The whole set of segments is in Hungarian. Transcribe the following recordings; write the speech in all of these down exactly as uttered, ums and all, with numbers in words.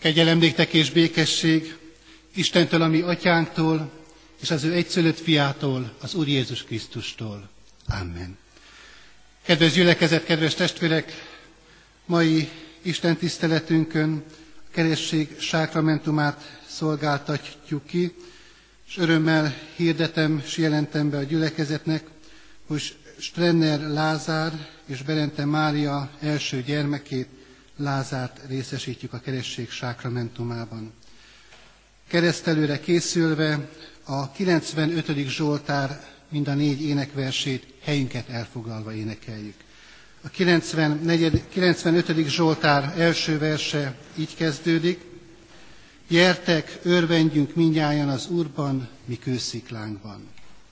Kegyelem néktek és békesség Istentől, a mi atyánktól, és az ő egyszülött fiától, az Úr Jézus Krisztustól. Amen. Kedves gyülekezet, kedves testvérek, mai Isten tiszteletünkön a keresztség sákramentumát szolgáltatjuk ki, és örömmel hirdetem és jelentem be a gyülekezetnek, hogy Strenner Lázár és Berente Mária első gyermekét, Lázárt részesítjük a keresztség sákramentumában. Keresztelőre készülve a kilencvenötödik Zsoltár mind a négy énekversét helyünket elfoglalva énekeljük. A kilencvenötödik Zsoltár első verse így kezdődik: Gyertek, örvendjünk mindnyájan az Úrban, mi kősziklánkban.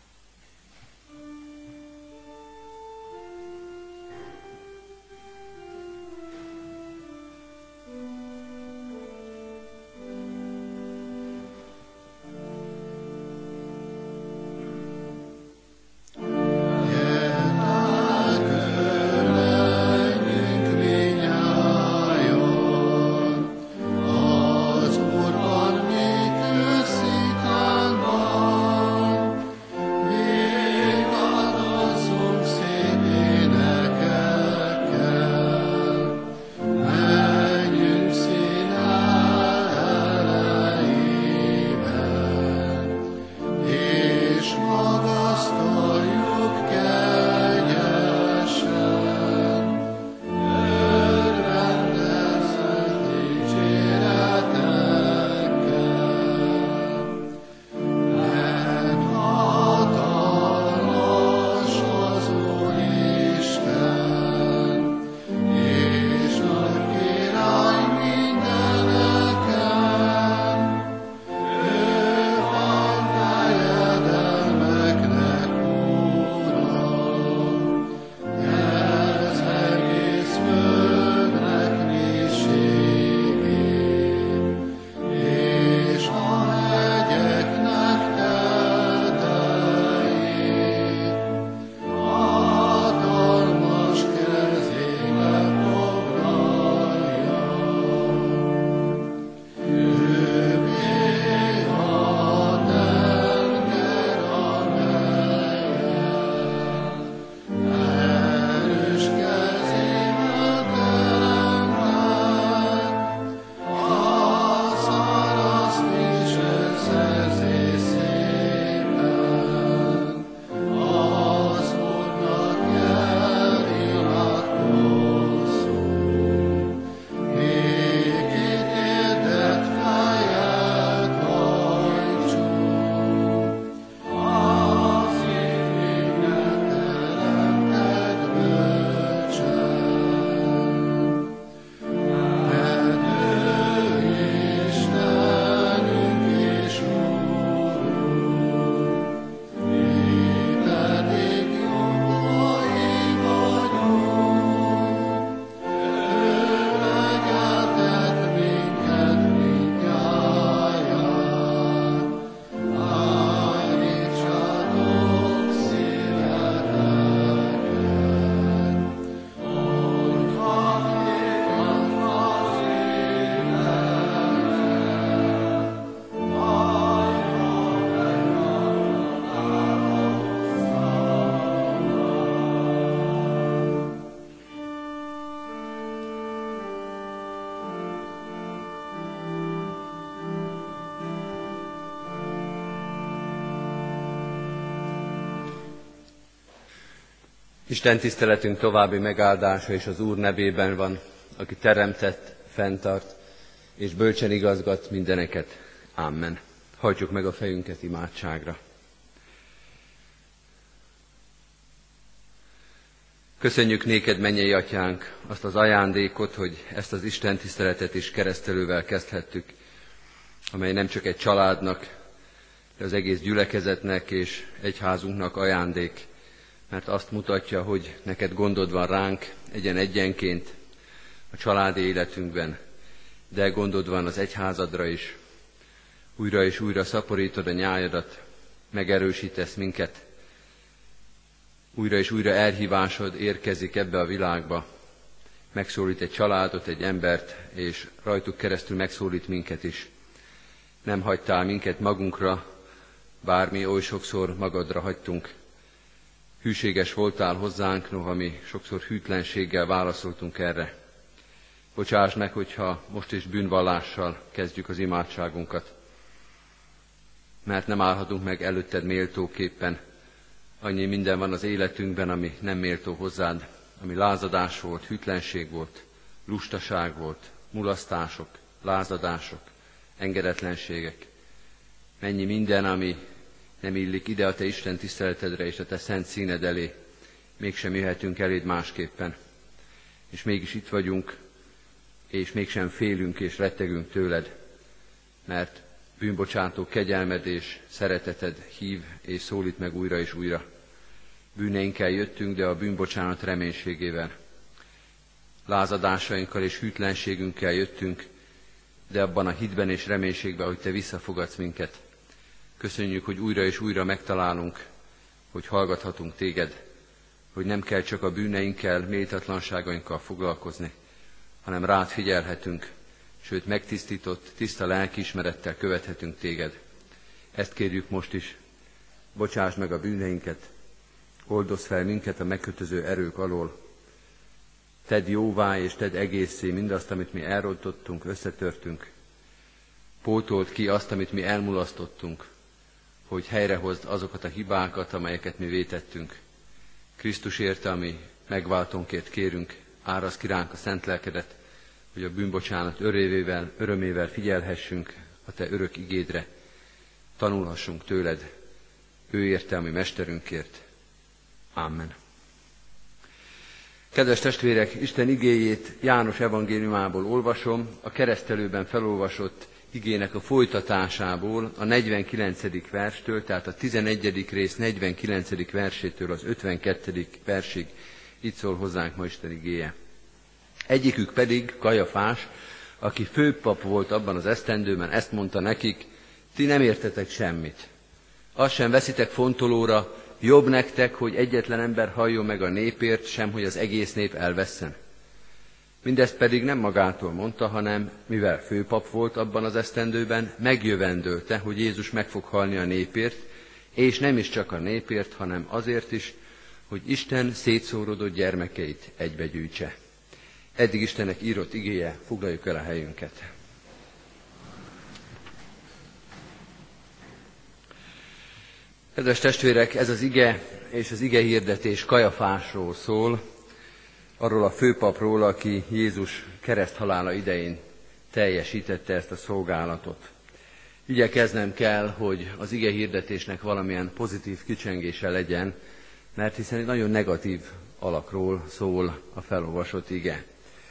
Isten tiszteletünk további megáldása és az Úr nevében van, aki teremtett, fenntart és bölcsen igazgat mindeneket. Amen. Hajtsuk meg a fejünket imádságra. Köszönjük néked, mennyei atyánk, azt az ajándékot, hogy ezt az Isten tiszteletet is keresztelővel kezdhettük, amely nem csak egy családnak, de az egész gyülekezetnek és egyházunknak ajándék, mert azt mutatja, hogy neked gondod van ránk egyen-egyenként a családi életünkben, de gondod van az egyházadra is. Újra és újra szaporítod a nyájadat, megerősítesz minket, újra és újra elhívásod érkezik ebbe a világba, megszólít egy családot, egy embert, és rajtuk keresztül megszólít minket is. Nem hagytál minket magunkra, bár mi oly sokszor magadra hagytunk. Hűséges voltál hozzánk, noha mi sokszor hűtlenséggel válaszoltunk erre. Bocsáss meg, hogyha most is bűnvallással kezdjük az imádságunkat, mert nem állhatunk meg előtted méltóképpen. Annyi minden van az életünkben, ami nem méltó hozzád, ami lázadás volt, hűtlenség volt, lustaság volt, mulasztások, lázadások, engedetlenségek. Mennyi minden, ami nem illik ide a te Isten tiszteletedre és a te szent színed elé. Mégsem jöhetünk eléd másképpen. És mégis itt vagyunk, és mégsem félünk és rettegünk tőled, mert bűnbocsátó kegyelmed és szereteted hív és szólít meg újra és újra. Bűneinkkel jöttünk, de a bűnbocsánat reménységével. Lázadásainkkal és hűtlenségünkkel jöttünk, de abban a hitben és reménységben, hogy te visszafogadsz minket. Köszönjük, hogy újra és újra megtalálunk, hogy hallgathatunk téged, hogy nem kell csak a bűneinkkel, méltatlanságainkkal foglalkozni, hanem rád figyelhetünk, sőt megtisztított, tiszta lelkiismerettel követhetünk téged. Ezt kérjük most is. Bocsásd meg a bűneinket, oldozz fel minket a megkötöző erők alól. Tedd jóvá és tedd egészé mindazt, amit mi elrontottunk, összetörtünk. Pótold ki azt, amit mi elmulasztottunk, hogy helyrehozd azokat a hibákat, amelyeket mi vétettünk. Krisztus érte, ami megváltónkért kérünk, árasz ki ránk a szent lelkedet, hogy a bűnbocsánat örömével, örömével figyelhessünk a te örök igédre, tanulhassunk tőled, ő érte, ami mesterünkért. Amen. Kedves testvérek, Isten igéjét János evangéliumából olvasom, a keresztelőben felolvasott igének a folytatásából, a negyvenkilencedik verstől, tehát a tizenegyedik rész negyvenkilencedik versétől az ötvenkettedik versig. Itt szól hozzánk ma Isten igéje. Egyikük pedig, Kajafás, aki főpap volt abban az esztendőben, ezt mondta nekik: ti nem értetek semmit. Azt sem veszitek fontolóra, jobb nektek, hogy egyetlen ember halljon meg a népért, sem hogy az egész nép elvesszen. Mindezt pedig nem magától mondta, hanem mivel főpap volt abban az esztendőben, megjövendölte, hogy Jézus meg fog halni a népért, és nem is csak a népért, hanem azért is, hogy Isten szétszórodott gyermekeit egybegyűjtse. Eddig Istennek írott igéje, foglaljuk el a helyünket. Kedves testvérek, ez az ige és az ige hirdetés Kajafásról szól, arról a főpapról, aki Jézus kereszthalála idején teljesítette ezt a szolgálatot. Igyekeznem kell, hogy az ige hirdetésnek valamilyen pozitív kicsengése legyen, mert hiszen egy nagyon negatív alakról szól a felolvasott ige.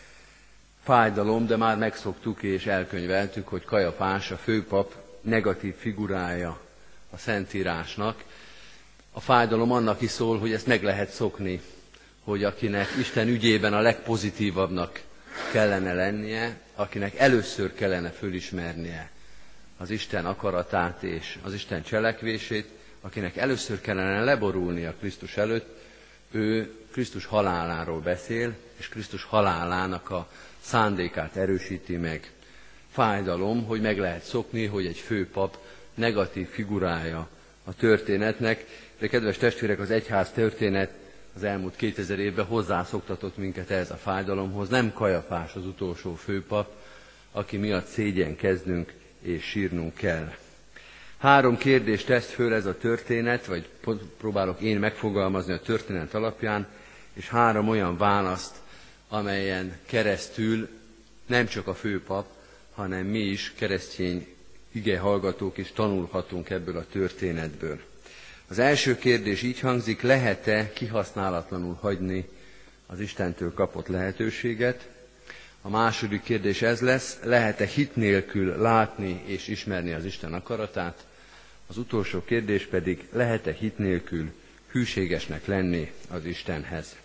Fájdalom, de már megszoktuk és elkönyveltük, hogy Kajafás, a főpap negatív figurája a Szentírásnak. A fájdalom annak is szól, hogy ezt meg lehet szokni, hogy akinek Isten ügyében a legpozitívabbnak kellene lennie, akinek először kellene fölismernie az Isten akaratát és az Isten cselekvését, akinek először kellene leborulnia Krisztus előtt, ő Krisztus haláláról beszél, és Krisztus halálának a szándékát erősíti meg. Fájdalom, hogy meg lehet szokni, hogy egy főpap negatív figurája a történetnek, de kedves testvérek, az egyház történet az elmúlt kétezer évben hozzászoktatott minket ehhez a fájdalomhoz. Nem Kajafás az utolsó főpap, aki miatt szégyenkeznünk és sírnunk kell. Három kérdést tesz föl ez a történet, vagy próbálok én megfogalmazni a történet alapján, és három olyan választ, amelyen keresztül nem csak a főpap, hanem mi is, keresztény igehallgatók is tanulhatunk ebből a történetből. Az első kérdés így hangzik: lehet-e kihasználatlanul hagyni az Istentől kapott lehetőséget? A második kérdés ez lesz: lehet-e hit nélkül látni és ismerni az Isten akaratát? Az utolsó kérdés pedig: lehet-e hit nélkül hűségesnek lenni az Istenhez?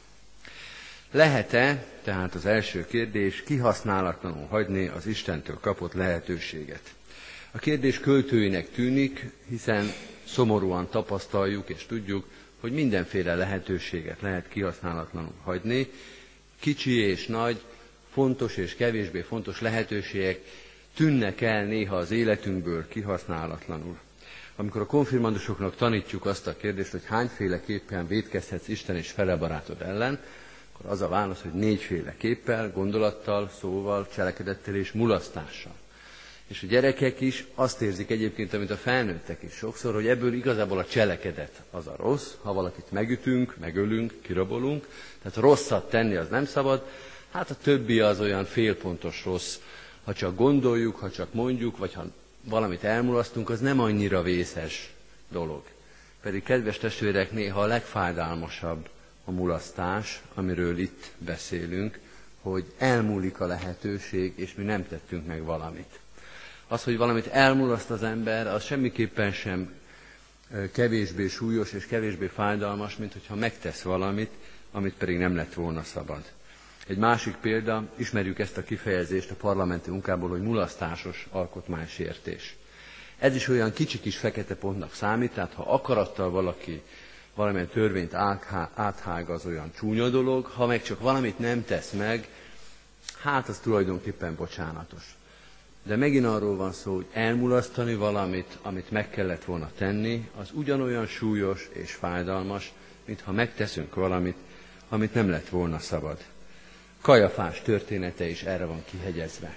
Lehet-e, tehát az első kérdés, kihasználatlanul hagyni az Istentől kapott lehetőséget? A kérdés költőinek tűnik, hiszen szomorúan tapasztaljuk és tudjuk, hogy mindenféle lehetőséget lehet kihasználatlanul hagyni. kicsi és nagy, fontos és kevésbé fontos lehetőségek tűnnek el néha az életünkből kihasználatlanul. Amikor a konfirmandusoknak tanítjuk azt a kérdést, hogy hányféleképpen vétkezhetsz Isten és felebarátod ellen, akkor az a válasz, hogy négyféleképpen, gondolattal, szóval, cselekedettel és mulasztással. És a gyerekek is azt érzik egyébként, amit a felnőttek is sokszor, hogy ebből igazából a cselekedet az a rossz, ha valakit megütünk, megölünk, kirabolunk, tehát rosszat tenni az nem szabad, hát a többi az olyan félpontos rossz, ha csak gondoljuk, ha csak mondjuk, vagy ha valamit elmulasztunk, az nem annyira vészes dolog. Pedig, kedves testvérek, néha a legfájdalmasabb a mulasztás, amiről itt beszélünk, hogy elmúlik a lehetőség, és mi nem tettünk meg valamit. Az, hogy valamit elmulaszt az ember, az semmiképpen sem kevésbé súlyos és kevésbé fájdalmas, mint hogyha megtesz valamit, amit pedig nem lett volna szabad. Egy másik példa, ismerjük ezt a kifejezést a parlamenti munkából, hogy mulasztásos alkotmánysértés. Ez is olyan kicsi kis fekete pontnak számít, tehát ha akarattal valaki valamilyen törvényt áthág, az olyan csúnya dolog, ha meg csak valamit nem tesz meg, hát az tulajdonképpen bocsánatos. De megint arról van szó, hogy elmulasztani valamit, amit meg kellett volna tenni, az ugyanolyan súlyos és fájdalmas, mint ha megteszünk valamit, amit nem lett volna szabad. Kajafás története is erre van kihegyezve.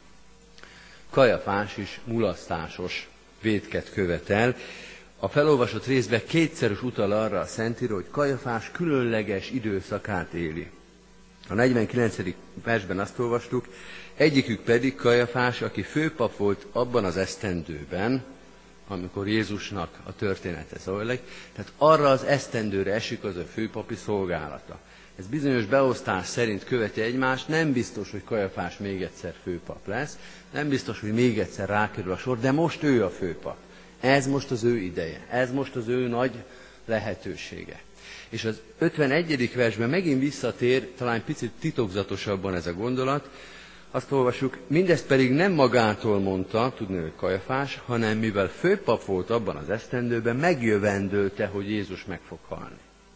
Kajafás is mulasztásos vétket követel. A felolvasott részben kétszeres utal arra a Szentíró, hogy Kajafás különleges időszakát éli. A negyvenkilencedik versben azt olvastuk, egyikük pedig Kajafás, aki főpap volt abban az esztendőben, amikor Jézusnak a története zajlik, tehát arra az esztendőre esik az a főpapi szolgálata. Ez bizonyos beosztás szerint követi egymást, nem biztos, hogy Kajafás még egyszer főpap lesz, nem biztos, hogy még egyszer rákerül a sor, de most ő a főpap. Ez most az ő ideje, ez most az ő nagy lehetősége. És az ötvenegyedik versben megint visszatér, talán picit titokzatosabban ez a gondolat, azt olvassuk, mindezt pedig nem magától mondta, tudni, hogy Kajafás, hanem mivel főpap volt abban az esztendőben, megjövendőlte, hogy Jézus meg fog halni.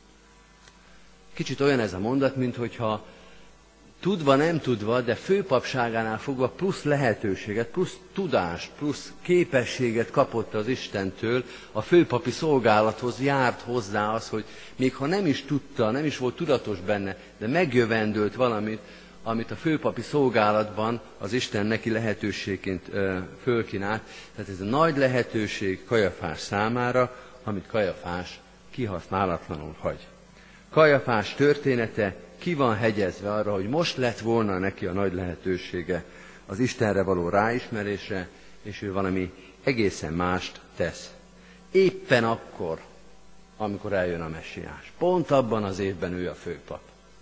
Kicsit olyan ez a mondat, minthogyha tudva, nem tudva, de főpapságánál fogva plusz lehetőséget, plusz tudást, plusz képességet kapott az Istentől, a főpapi szolgálathoz járt hozzá az, hogy még ha nem is tudta, nem is volt tudatos benne, de megjövendőlt valamit, amit a főpapi szolgálatban az Isten neki lehetőségként ö, fölkínált. Tehát ez a nagy lehetőség Kajafás számára, amit Kajafás kihasználatlanul hagy. Kajafás története ki van hegyezve arra, hogy most lett volna neki a nagy lehetősége az Istenre való ráismerésre, és ő valami egészen mást tesz. Éppen akkor, amikor eljön a messiás. Pont abban az évben ő a főpap.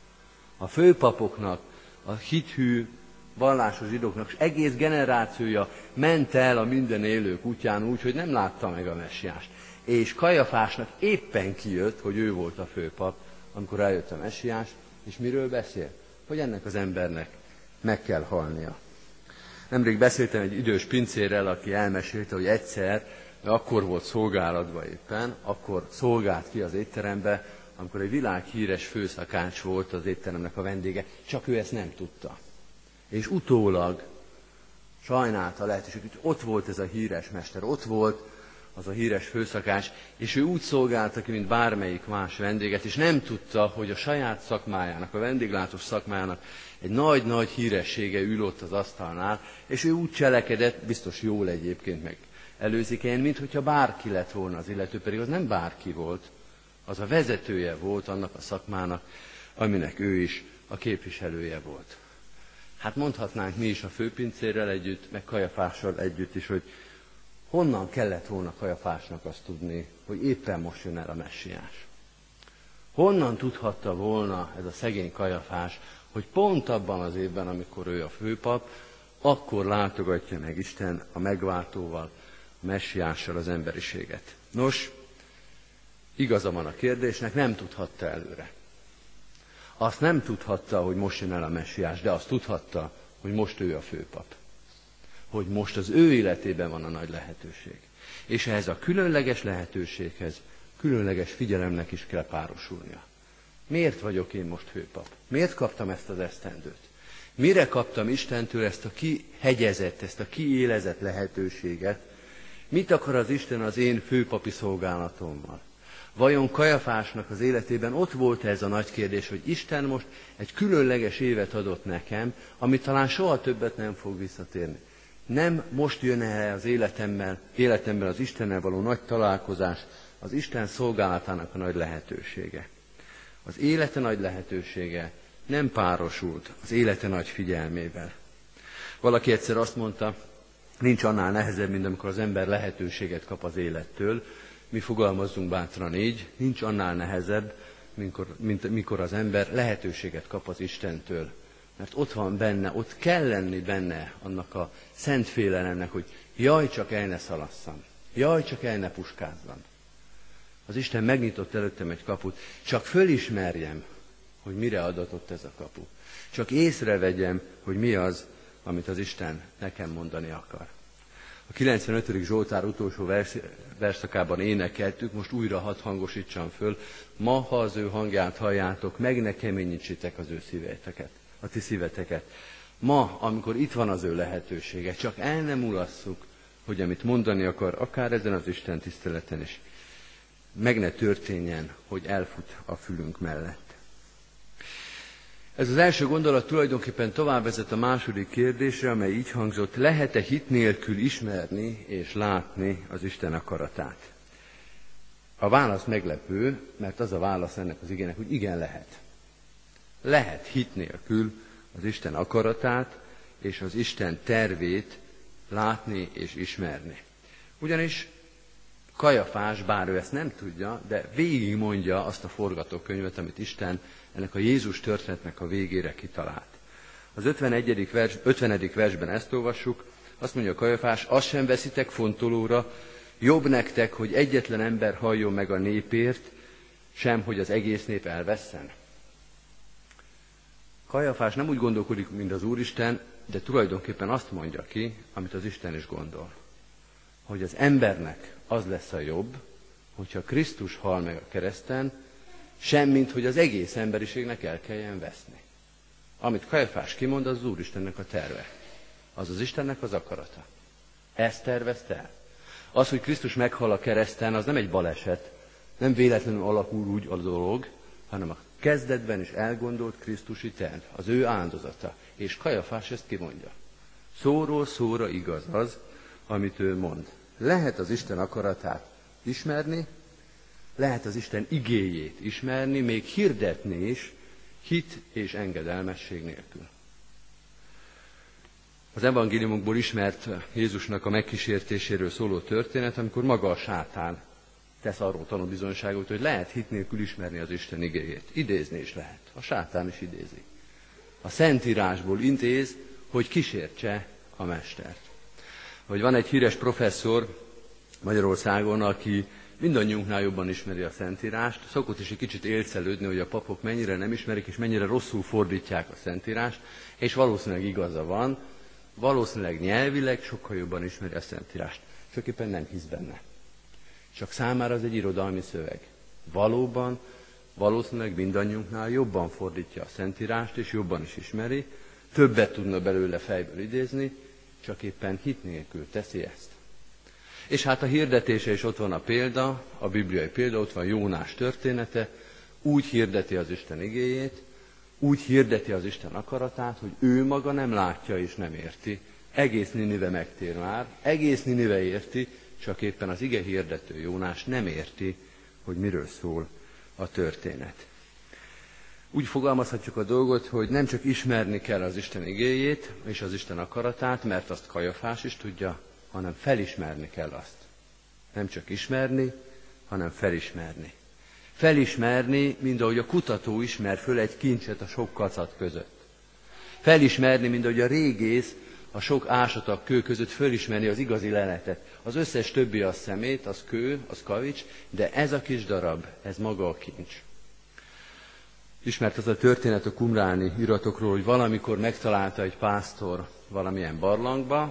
A főpapoknak, a hithű, vallásos zsidóknak és egész generációja ment el a minden élők útján úgy, hogy nem látta meg a messiást. És Kajafásnak éppen kijött, hogy ő volt a főpap, amikor eljött a messiás, és miről beszél? Hogy ennek az embernek meg kell halnia. Nemrég beszéltem egy idős pincérrel, aki elmesélte, hogy egyszer, akkor volt szolgálatban éppen, akkor szolgált ki az étterembe, amikor egy világhíres főszakács volt az étteremnek a vendége, csak ő ezt nem tudta. És utólag sajnálta lehetőség, hogy ott volt ez a híres mester, ott volt az a híres főszakács, és ő úgy szolgálta ki, mint bármelyik más vendéget, és nem tudta, hogy a saját szakmájának, a vendéglátós szakmájának egy nagy-nagy híressége ül ott az asztalnál, és ő úgy cselekedett, biztos jól egyébként meg előzékenyen, mint hogyha bárki lett volna az illető, pedig az nem bárki volt, az a vezetője volt annak a szakmának, aminek ő is a képviselője volt. Hát mondhatnánk mi is a főpincérrel együtt, meg Kajafással együtt is, hogy honnan kellett volna Kajafásnak azt tudni, hogy éppen most jön el a messiás. Honnan tudhatta volna ez a szegény Kajafás, hogy pont abban az évben, amikor ő a főpap, akkor látogatja meg Isten a megváltóval, a messiással az emberiséget. Nos, igaza van a kérdésnek, nem tudhatta előre. Azt nem tudhatta, hogy most jön el a messiás, de azt tudhatta, hogy most ő a főpap. Hogy most az ő életében van a nagy lehetőség. És ehhez a különleges lehetőséghez különleges figyelemnek is kell párosulnia. Miért vagyok én most főpap? Miért kaptam ezt az esztendőt? Mire kaptam Istentől ezt a kihegyezett, ezt a kiélezett lehetőséget? Mit akar az Isten az én főpapi szolgálatommal? Vajon Kajafásnak az életében ott volt ez a nagy kérdés, hogy Isten most egy különleges évet adott nekem, ami talán soha többet nem fog visszatérni. Nem most jön el az életemben, életemben az Istennel való nagy találkozás, az Isten szolgálatának a nagy lehetősége. Az élete nagy lehetősége nem párosult az élete nagy figyelmével. Valaki egyszer azt mondta, nincs annál nehezebb, mint amikor az ember lehetőséget kap az élettől. Mi fogalmazzunk bátran így, nincs annál nehezebb, mikor, mint mikor az ember lehetőséget kap az Istentől. Mert ott van benne, ott kell lenni benne annak a szent félelemnek, hogy jaj, csak el ne szalasszam, jaj, csak el ne puskázzam. Az Isten megnyitott előttem egy kaput, csak fölismerjem, hogy mire adatott ez a kapu. Csak észrevegyem, hogy mi az, amit az Isten nekem mondani akar. A kilencvenötödik Zsoltár utolsó vers, verszakában énekeltük, most újra hadd hangosítsam föl, ma, ha az ő hangját halljátok, meg ne keményítsétek az ő szíveteket, a ti szíveteket. Ma, amikor itt van az ő lehetősége, csak el nem mulasszuk, hogy amit mondani akar, akár ezen az Isten tiszteleten is, meg ne történjen, hogy elfut a fülünk mellett. Ez az első gondolat tulajdonképpen tovább vezet a második kérdésre, amely így hangzott, lehet-e hit nélkül ismerni és látni az Isten akaratát? A válasz meglepő, mert az a válasz ennek az igének, hogy igen, lehet. Lehet hit nélkül az Isten akaratát és az Isten tervét látni és ismerni. Ugyanis Kajafás, bár ő ezt nem tudja, de végig mondja azt a forgatókönyvet, amit Isten ennek a Jézus történetnek a végére kitalált. Az ötvenegyedik vers, ötvenedik versben ezt olvassuk, azt mondja Kajafás, azt sem veszitek fontolóra, jobb nektek, hogy egyetlen ember halljon meg a népért, sem, hogy az egész nép elvesszen. Kajafás nem úgy gondolkodik, mint az Úristen, de tulajdonképpen azt mondja ki, amit az Isten is gondol. Hogy az embernek az lesz a jobb, hogyha Krisztus hal meg a kereszten, semmint, hogy az egész emberiségnek el kelljen veszni. Amit Kajafás kimond, az az Úristennek a terve. Az az Istennek az akarata. Ezt tervezte el. Az, hogy Krisztus meghal a kereszten, az nem egy baleset, nem véletlenül alakul úgy a dolog, hanem a kezdetben is elgondolt Krisztusi terv, az ő áldozata. És Kajafás ezt kimondja. Szóról szóra igaz az, amit ő mond. Lehet az Isten akaratát ismerni, lehet az Isten igéjét ismerni, még hirdetni is, hit és engedelmesség nélkül. Az evangéliumokból ismert Jézusnak a megkísértéséről szóló történet, amikor maga a sátán tesz arról tanúbizonyságot, hogy lehet hit nélkül ismerni az Isten igéjét. Idézni is lehet. A sátán is idézi. A Szentírásból intéz, hogy kísértse a mestert. Hogy van egy híres professzor Magyarországon, aki mindannyiunknál jobban ismeri a Szentírást, szokott is egy kicsit élcelődni, hogy a papok mennyire nem ismerik, és mennyire rosszul fordítják a Szentírást, és valószínűleg igaza van, valószínűleg nyelvileg sokkal jobban ismeri a Szentírást. Csak éppen nem hisz benne. Csak számára az egy irodalmi szöveg. Valóban, valószínűleg mindannyiunknál jobban fordítja a Szentírást, és jobban is ismeri, többet tudna belőle fejből idézni, csak éppen hit nélkül teszi ezt. És hát a hirdetése is ott van a példa, a bibliai példa, ott van Jónás története, úgy hirdeti az Isten igéjét, úgy hirdeti az Isten akaratát, hogy ő maga nem látja és nem érti. Egész Ninive megtér már, egész Ninive érti, csak éppen az ige hirdető Jónás nem érti, hogy miről szól a történet. Úgy fogalmazhatjuk a dolgot, hogy nem csak ismerni kell az Isten igéjét és az Isten akaratát, mert azt Kajafás is tudja, hanem felismerni kell azt. Nem csak ismerni, hanem felismerni. Felismerni, mint ahogy a kutató ismer föl egy kincset a sok kacat között. Felismerni, mint ahogy a régész a sok ásatag kő között fölismerni az igazi leletet. Az összes többi az szemét, az kő, az kavics, de ez a kis darab, ez maga a kincs. Ismert az a történet a qumráni iratokról, hogy valamikor megtalálta egy pásztor valamilyen barlangba,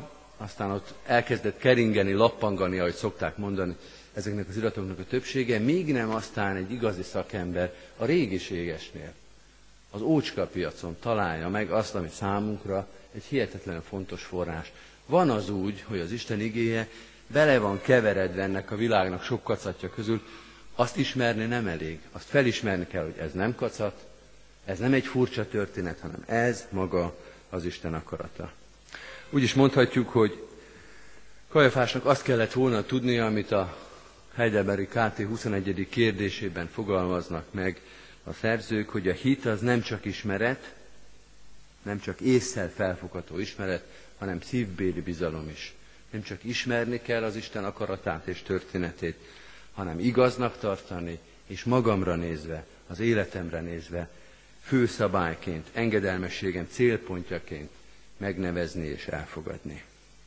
aztán ott elkezdett keringeni, lappangani, ahogy szokták mondani ezeknek az iratoknak a többsége, míg nem aztán egy igazi szakember a régiségesnél, az ócskapiacon találja meg azt, ami számunkra egy hihetetlenül fontos forrás. Van az úgy, hogy az Isten igéje bele van keveredve ennek a világnak sok kacatja közül, azt ismerni nem elég. Azt felismerni kell, hogy ez nem kacat, ez nem egy furcsa történet, hanem ez maga az Isten akarata. Úgy is mondhatjuk, hogy Kajafásnak azt kellett volna tudnia, amit a Heidelbergi ká té huszonegyedik kérdésében fogalmaznak meg a szerzők, hogy a hit az nem csak ismeret, nem csak ésszel felfogható ismeret, hanem szívbéli bizalom is. Nem csak ismerni kell az Isten akaratát és történetét, hanem igaznak tartani, és magamra nézve, az életemre nézve, főszabályként, engedelmességem célpontjaként megnevezni és elfogadni.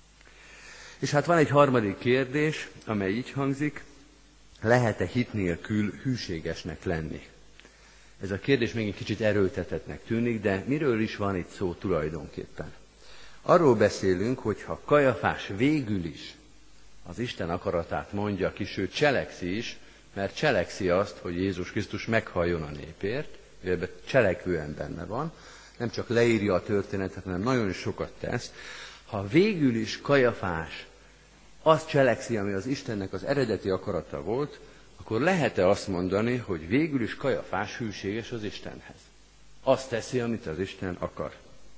És hát van egy harmadik kérdés, amely így hangzik, lehet-e hit nélkül hűségesnek lenni? Ez a kérdés még egy kicsit erőltetettnek tűnik, de miről is van itt szó tulajdonképpen? Arról beszélünk, hogy ha Kajafás végül is az Isten akaratát mondja ki, sőt cselekszi is, mert cselekszi azt, hogy Jézus Krisztus meghalljon a népért, ő ebben cselekvően benne van, nem csak leírja a történetet, hanem nagyon sokat tesz. Ha végül is Kajafás azt cselekszi, ami az Istennek az eredeti akarata volt, akkor lehet-e azt mondani, hogy végül is Kajafás hűséges az Istenhez? Azt teszi, amit az Isten akar.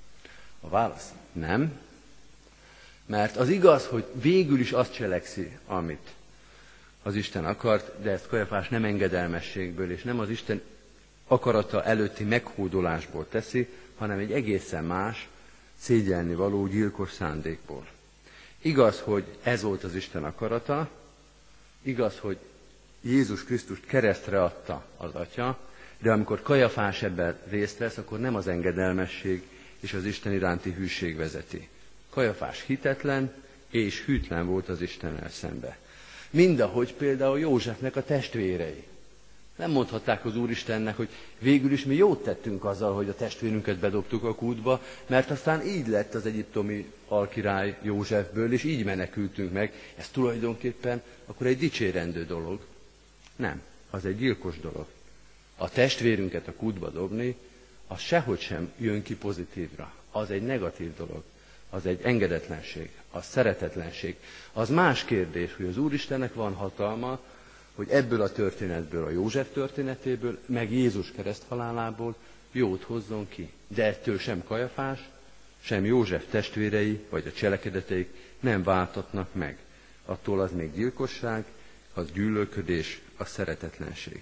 A válasz nem, mert az igaz, hogy végül is azt cselekszi, amit az Isten akart, de ezt Kajafás nem engedelmességből, és nem az Isten akarata előtti meghódolásból teszi, hanem egy egészen más, szégyelni való gyilkos szándékból. Igaz, hogy ez volt az Isten akarata, igaz, hogy Jézus Krisztust keresztre adta az Atya, de amikor Kajafás ebben részt vesz, akkor nem az engedelmesség és az Isten iránti hűség vezeti. Kajafás hitetlen és hűtlen volt az Istennel szembe. Mindahogy például Józsefnek a testvérei. Nem mondhatták az Úristennek, hogy végül is mi jót tettünk azzal, hogy a testvérünket bedobtuk a kútba, mert aztán így lett az egyiptomi alkirály Józsefből, és így menekültünk meg. Ez tulajdonképpen akkor egy dicsérendő dolog. Nem, az egy gyilkos dolog. A testvérünket a kútba dobni, az sehogy sem jön ki pozitívra. Az egy negatív dolog. Az egy engedetlenség, az szeretetlenség. Az más kérdés, hogy az Úristennek van hatalma, hogy ebből a történetből, a József történetéből, meg Jézus kereszthalálából jót hozzon ki. De ettől sem Kajafás, sem József testvérei, vagy a cselekedeteik nem váltatnak meg. Attól az még gyilkosság, az gyűlölködés, az szeretetlenség.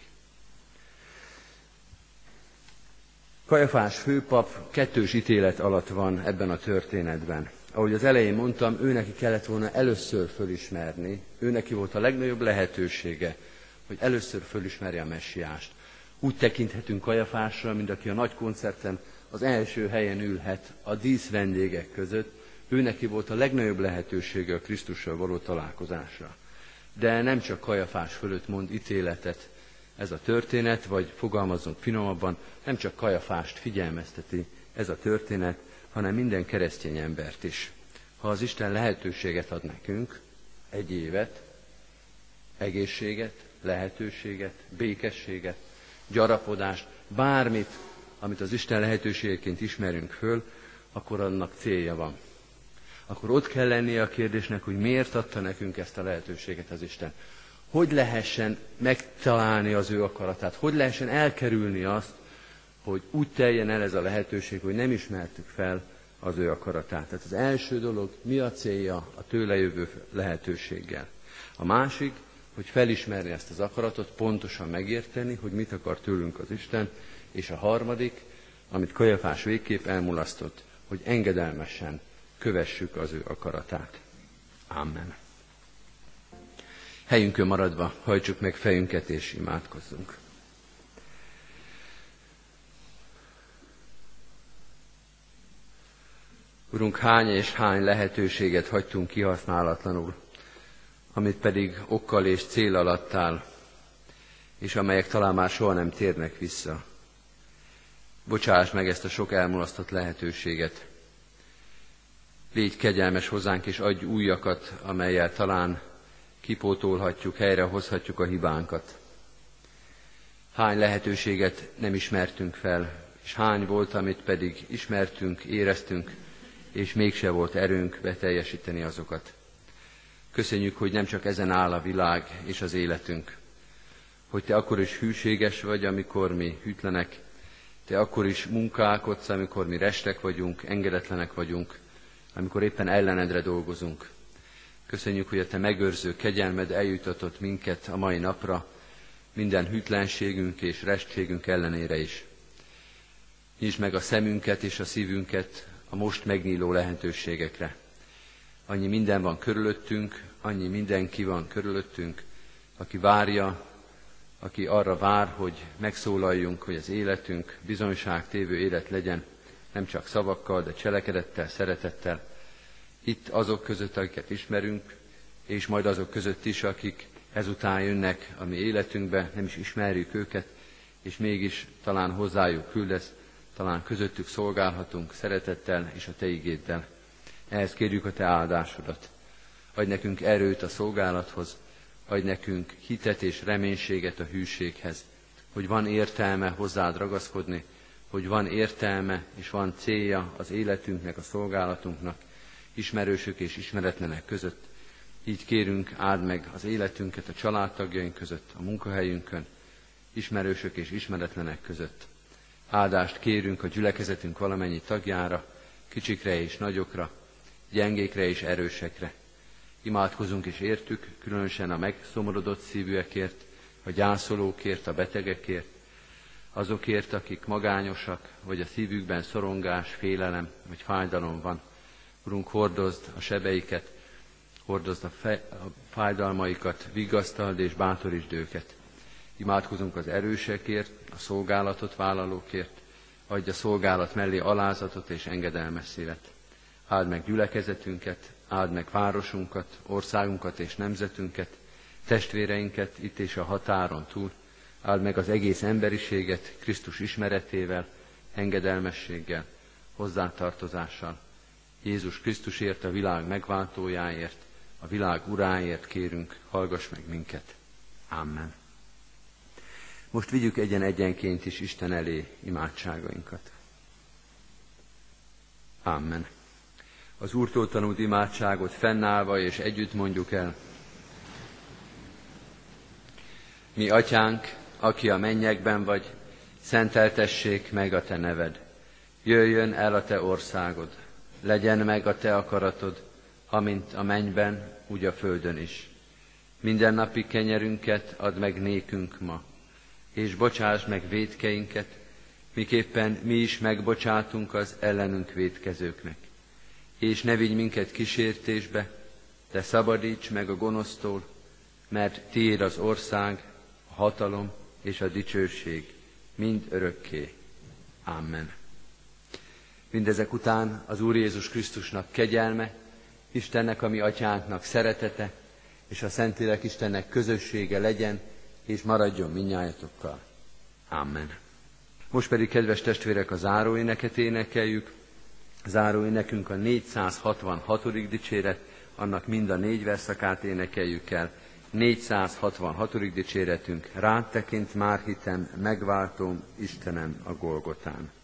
Kajafás főpap kettős ítélet alatt van ebben a történetben. Ahogy az elején mondtam, ő neki kellett volna először fölismerni, ő neki volt a legnagyobb lehetősége, hogy először fölismerje a messiást. Úgy tekinthetünk Kajafásra, mint aki a nagy koncerten az első helyen ülhet a díszvendégek között, ő neki volt a legnagyobb lehetősége a Krisztussal való találkozásra. De nem csak Kajafás fölött mond ítéletet ez a történet, vagy fogalmazunk finomabban, nem csak Kajafást figyelmezteti ez a történet, hanem minden keresztény embert is. Ha az Isten lehetőséget ad nekünk, egy évet, egészséget, lehetőséget, békességet, gyarapodást, bármit, amit az Isten lehetőségeként ismerünk föl, akkor annak célja van. Akkor ott kell lennie a kérdésnek, hogy miért adta nekünk ezt a lehetőséget az Isten. Hogy lehessen megtalálni az ő akaratát, hogy lehessen elkerülni azt, hogy úgy teljen el ez a lehetőség, hogy nem ismertük fel az ő akaratát. Tehát az első dolog, mi a célja a tőle jövő lehetőséggel. A másik, hogy felismerni ezt az akaratot, pontosan megérteni, hogy mit akar tőlünk az Isten, és a harmadik, amit Kajafás végképp elmulasztott, hogy engedelmesen kövessük az ő akaratát. Amen. Helyünkön maradva hajtsuk meg fejünket és imádkozzunk. Urunk, hány és hány lehetőséget hagytunk kihasználatlanul, amit pedig okkal és cél alatt áll, és amelyek talán már soha nem térnek vissza. Bocsáss meg ezt a sok elmulasztott lehetőséget, Légy kegyelmes hozzánk, és adj újakat, amellyel talán kipótolhatjuk, helyrehozhatjuk a hibánkat. Hány lehetőséget nem ismertünk fel, és hány volt, amit pedig ismertünk, éreztünk, és mégse volt erőnk beteljesíteni azokat. Köszönjük, hogy nem csak ezen áll a világ és az életünk, hogy Te akkor is hűséges vagy, amikor mi hűtlenek, Te akkor is munkálkodsz, amikor mi restek vagyunk, engedetlenek vagyunk, amikor éppen ellenedre dolgozunk. Köszönjük, hogy a Te megőrző kegyelmed eljutatott minket a mai napra, minden hűtlenségünk és restségünk ellenére is. Nyisd meg a szemünket és a szívünket a most megnyíló lehetőségekre. Annyi minden van körülöttünk, annyi mindenki van körülöttünk, aki várja, aki arra vár, hogy megszólaljunk, hogy az életünk bizonyságtévő élet legyen, nem csak szavakkal, de cselekedettel, szeretettel. Itt azok között, akiket ismerünk, és majd azok között is, akik ezután jönnek a mi életünkbe, nem is ismerjük őket, és mégis talán hozzájuk küldesz, talán közöttük szolgálhatunk szeretettel és a Te igéddel. Ehhez kérjük a Te áldásodat. Adj nekünk erőt a szolgálathoz, adj nekünk hitet és reménységet a hűséghez, hogy van értelme hozzád ragaszkodni, hogy van értelme és van célja az életünknek, a szolgálatunknak, ismerősök és ismeretlenek között. Így kérünk, áld meg az életünket a családtagjaink között, a munkahelyünkön, ismerősök és ismeretlenek között. Áldást kérünk a gyülekezetünk valamennyi tagjára, kicsikre és nagyokra, gyengékre és erősekre. Imádkozunk és értük, különösen a megszomorodott szívűekért, a gyászolókért, a betegekért, azokért, akik magányosak, vagy a szívükben szorongás, félelem vagy fájdalom van. Urunk, hordozd a sebeiket, hordozd a, fe, a fájdalmaikat, vigasztald és bátorítsd őket. Imádkozunk az erősekért, a szolgálatot vállalókért, adj a szolgálat mellé alázatot és engedelmes szívet. Áld meg gyülekezetünket, áld meg városunkat, országunkat és nemzetünket, testvéreinket itt és a határon túl, áld meg az egész emberiséget Krisztus ismeretével, engedelmességgel, hozzátartozással. Jézus Krisztusért, a világ megváltójáért, a világ uráért kérünk, hallgass meg minket. Amen. Most vigyük egyen-egyenként is Isten elé imádságainkat. Amen. Az Úrtól tanult imádságot fennállva és együtt mondjuk el. Mi atyánk, aki a mennyekben vagy, szenteltessék meg a te neved. Jöjjön el a te országod. Legyen meg a te akaratod, amint a mennyben, úgy a földön is. Mindennapi kenyerünket add meg nékünk ma, és bocsáss meg vétkeinket, miképpen mi is megbocsátunk az ellenünk vétkezőknek. És ne vigy minket kísértésbe, de szabadíts meg a gonosztól, mert tiéd az ország, a hatalom és a dicsőség, mind örökké. Amen. Mindezek után az Úr Jézus Krisztusnak kegyelme, Istennek, a mi atyánknak szeretete, és a Szentlélek Istennek közössége legyen, és maradjon mindnyájatokkal. Amen. Most pedig, kedves testvérek, a záróéneket énekeljük. Záróénekünk a négyszázhatvanhatodik dicséret, annak mind a négy verszakát énekeljük el. négyszázhatvanhatodik dicséretünk, rád tekint már hitem, megváltom Istenem a Golgotán.